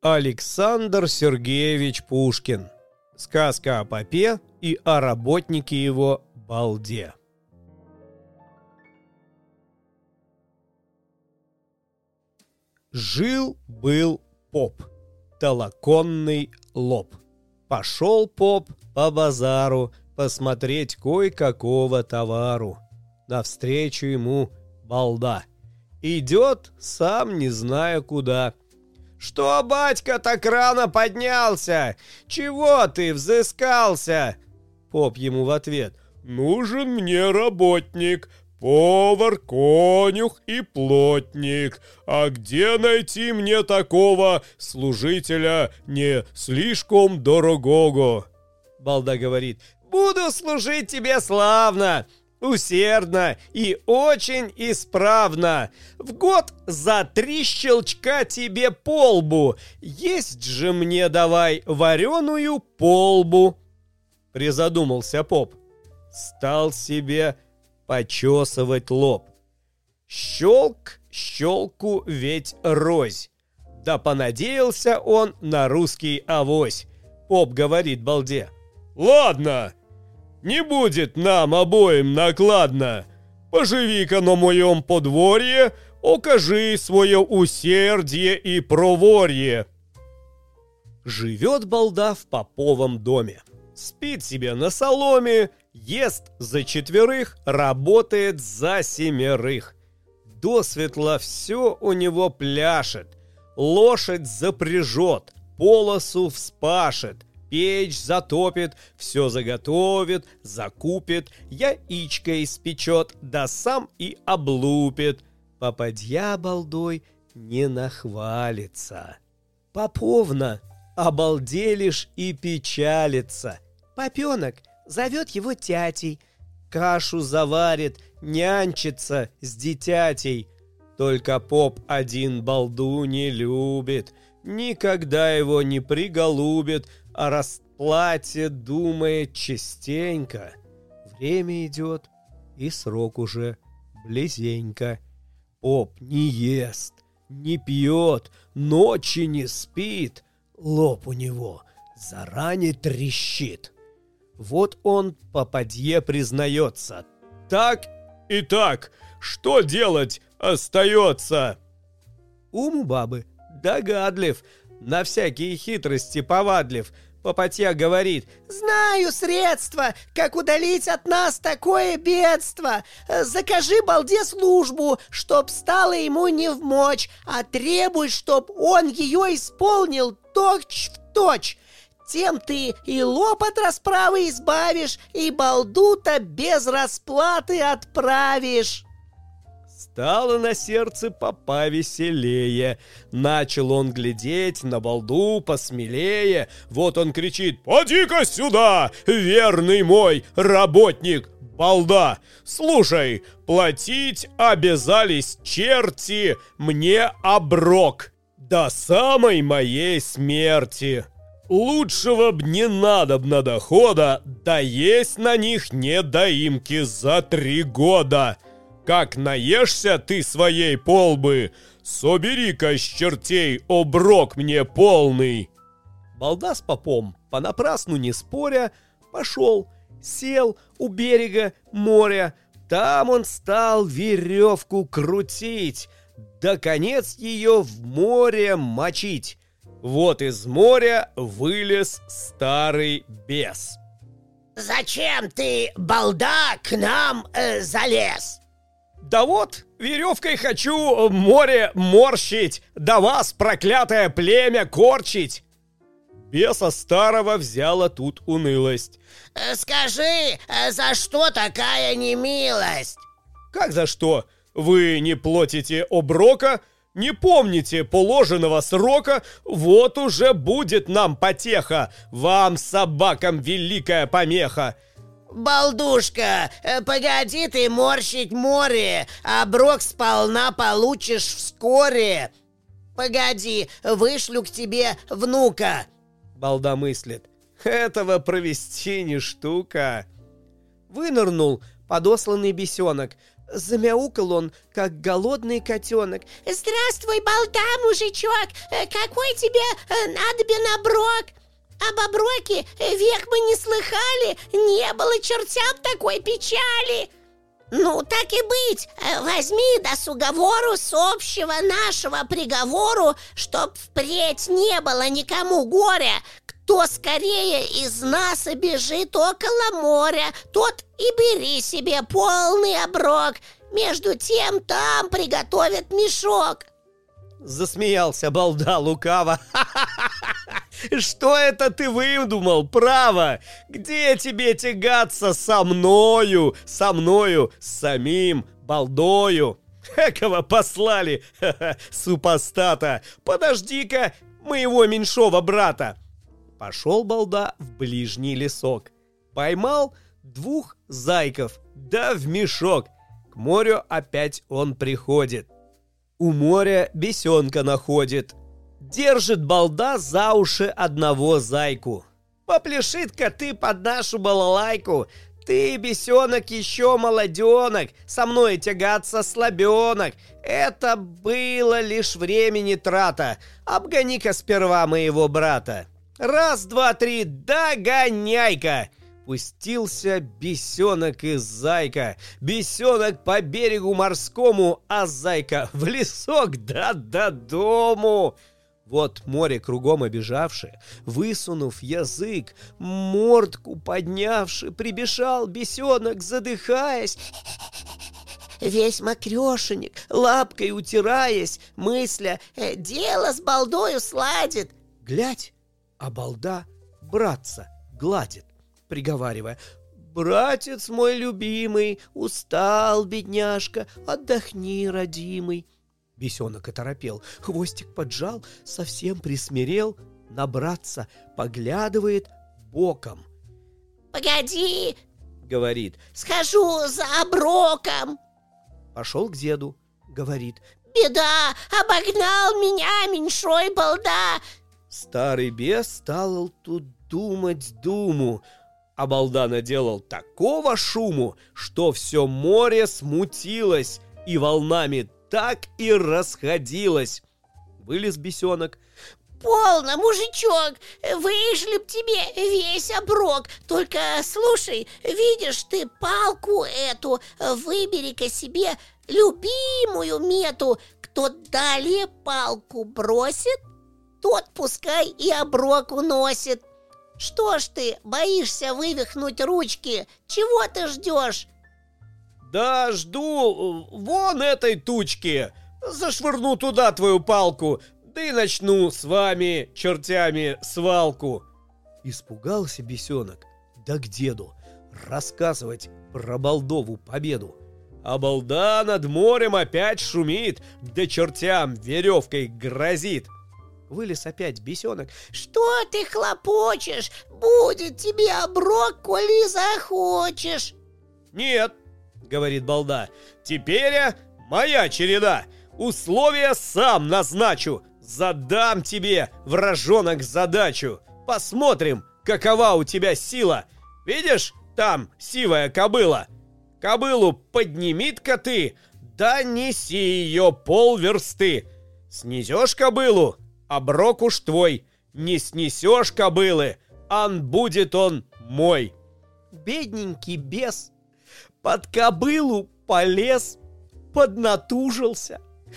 Александр Сергеевич Пушкин. Сказка о попе и о работнике его балде. Жил-был поп, толоконный лоб. Пошел поп по базару посмотреть кое-какого товару. Навстречу ему балда. Идет, сам не зная куда. «Что, батька, так рано поднялся? Чего ты взыскался?» Поп ему в ответ: «Нужен мне работник, повар, конюх и плотник. А где найти мне такого служителя не слишком дорогого?» Балда говорит: «Буду служить тебе славно, усердно и очень исправно. В год за 3 щелчка тебе по лбу. Есть же мне давай вареную полбу». Призадумался поп. Стал себе почесывать лоб. Щелк щелку ведь розь. Да понадеялся он на русский авось. Поп говорит балде: «Ладно, не будет нам обоим накладно. Поживи-ка на моем подворье, окажи свое усердие и проворье». Живет балда в поповом доме. Спит себе на соломе, ест за 4, работает за 7. Досветла все у него пляшет. Лошадь запряжет, полосу вспашет, печь затопит, все заготовит, закупит, яичко испечет, да сам и облупит. Попадья балдой не нахвалится. Поповна обалделишь и печалится. Попенок зовет его тятей, кашу заварит, нянчится с дитятей. Только поп один балду не любит, никогда его не приголубит, о расплате думает частенько. Время идет, и срок уже близенько. Поп не ест, не пьет, ночи не спит, лоб у него заране трещит. Вот он попадье признается: «Так и так, что делать остается?» Ум у бабы догадлив, на всякие хитрости повадлив. Попадья говорит: «Знаю средства, как удалить от нас такое бедство. Закажи балде службу, чтоб стало ему невмочь, а требуй, чтоб он ее исполнил точь в точь. Тем ты и лоб от расправы избавишь, и балду-то без расплаты отправишь». Стало на сердце попа веселее. Начал он глядеть на балду посмелее. Вот он кричит: «Поди-ка сюда, верный мой работник балда! Слушай, платить обязались черти мне оброк до самой моей смерти. Лучшего б не надобно дохода, да есть на них недоимки за 3 года. Как наешься ты своей полбы, собери-ка с чертей оброк мне полный». Балда с попом, понапрасну не споря, пошел, сел у берега моря. Там он стал веревку крутить, да конец ее в море мочить. Вот из моря вылез старый бес. «Зачем ты, балда, к нам залез?» «Да вот, веревкой хочу море морщить, да вас, проклятое племя, корчить!» Беса старого взяла тут унылость. «Скажи, за что такая немилость?» «Как за что? Вы не платите оброка, не помните положенного срока, вот уже будет нам потеха, вам, собакам, великая помеха!» «Балдушка, погоди ты морщить море, оброк сполна получишь вскоре. Погоди, вышлю к тебе внука». Балда мыслит: этого провести не штука. Вынырнул подосланный бесенок, Замяукал он, как голодный котенок. Здравствуй, балда, мужичок! Какой тебе надобен оброк? Об оброке век мы не слыхали, не было чертям такой печали. Ну, так и быть, возьми да с уговору с общего нашего приговору, чтоб впредь не было никому горя. Кто скорее из нас обежит около моря, тот и бери себе полный оброк. Между тем там приготовят мешок. Засмеялся балда лукаво. Что это ты выдумал, право? Где тебе тягаться со мною, с самим балдою? Экого послали, супостата. Подожди-ка моего меньшого брата. Пошел балда в ближний лесок. Поймал 2 зайков, да в мешок. К морю опять он приходит. У моря бесенка находит. Держит балда за уши одного зайку. Попляши-ка ты под нашу балалайку. Ты, бесенок, еще молоденок, со мной тягаться слабенок. Это было лишь времени трата. Обгони-ка сперва моего брата. 1, 2, 3, догоняй-ка! Пустился бесенок и зайка. Бесенок по берегу морскому, а зайка в лесок да до дому. Вот море кругом обежавши, высунув язык, мордку поднявши, прибежал бесенок, задыхаясь, Весь мокрешенек, лапкой утираясь, мысля, дело с балдою сладит. Глядь, а балда братца гладит, приговаривая: «Братец мой любимый, устал, бедняжка, отдохни, родимый». Бесенок оторопел, хвостик поджал, совсем присмирел, на братца поглядывает боком. «Погоди, — говорит, — схожу за оброком». Пошел к деду, говорит: «Беда, обогнал меня меньшой балда». Старый бес стал тут думать думу, а балда наделал такого шуму, что все море смутилось и волнами так и расходилось. Вылез бесенок. «Полно, мужичок, вышли б тебе весь оброк. Только слушай, видишь ты палку эту, выбери-ка себе любимую мету. Кто далее палку бросит, тот пускай и оброк уносит. Что ж ты боишься вывихнуть ручки? Чего ты ждешь?» Да жду вон этой тучки. Зашвырну туда твою палку, да и начну с вами, чертями, свалку. Испугался бесенок, да к деду рассказывать про балдову победу. А балда над морем опять шумит, да чертям веревкой грозит. Вылез опять бесенок. «Что ты хлопочешь? Будет тебе оброк, коли захочешь». «Нет, — говорит балда, — теперь моя череда. Условия сам назначу. Задам тебе, вражонок, задачу. Посмотрим, какова у тебя сила. Видишь, там сивая кобыла. Кобылу подними-ка ты, да неси ее полверсты. Снесешь кобылу, оброк уж твой. Не снесешь кобылы, ан будет он мой». Бедненький бес под кобылу полез, поднатужился,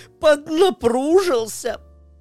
поднапружился,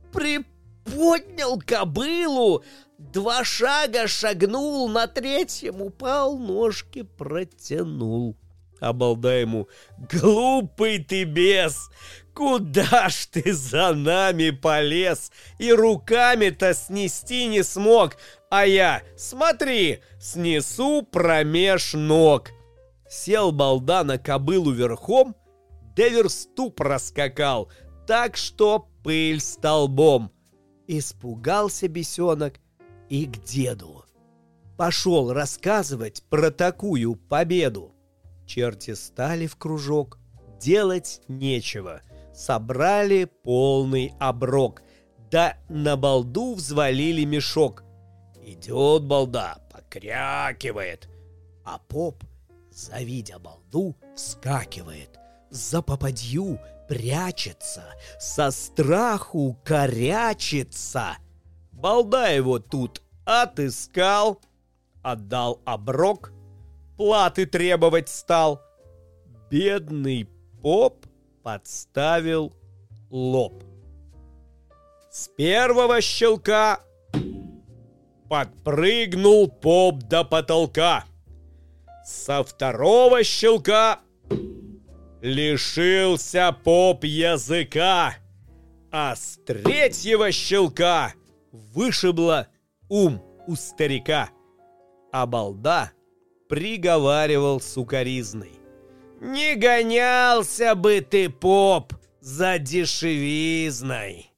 приподнял кобылу, 2 шага шагнул, на 3-м упал, ножки протянул. А балда ему: «Глупый ты бес, куда ж ты за нами полез? И руками-то снести не смог, а я, смотри, снесу промеж ног». Сел балда на кобылу верхом, да версту проскакал, так что пыль столбом. Испугался бесенок и к деду пошел рассказывать про такую победу. Черти стали в кружок, делать нечего, собрали полный оброк, да на балду взвалили мешок. Идет балда, покрякивает, а поп, завидя балду, вскакивает. за попадью прячется, со страху корячится. Балда его тут отыскал, отдал оброк, платы требовать стал. Бедный поп подставил лоб. С первого щелка подпрыгнул поп до потолка. Со второго щелка лишился поп языка. А с третьего щелка вышибло ум у старика. А балда приговаривал сукоризной: «Не гонялся бы ты, поп, за дешевизной!»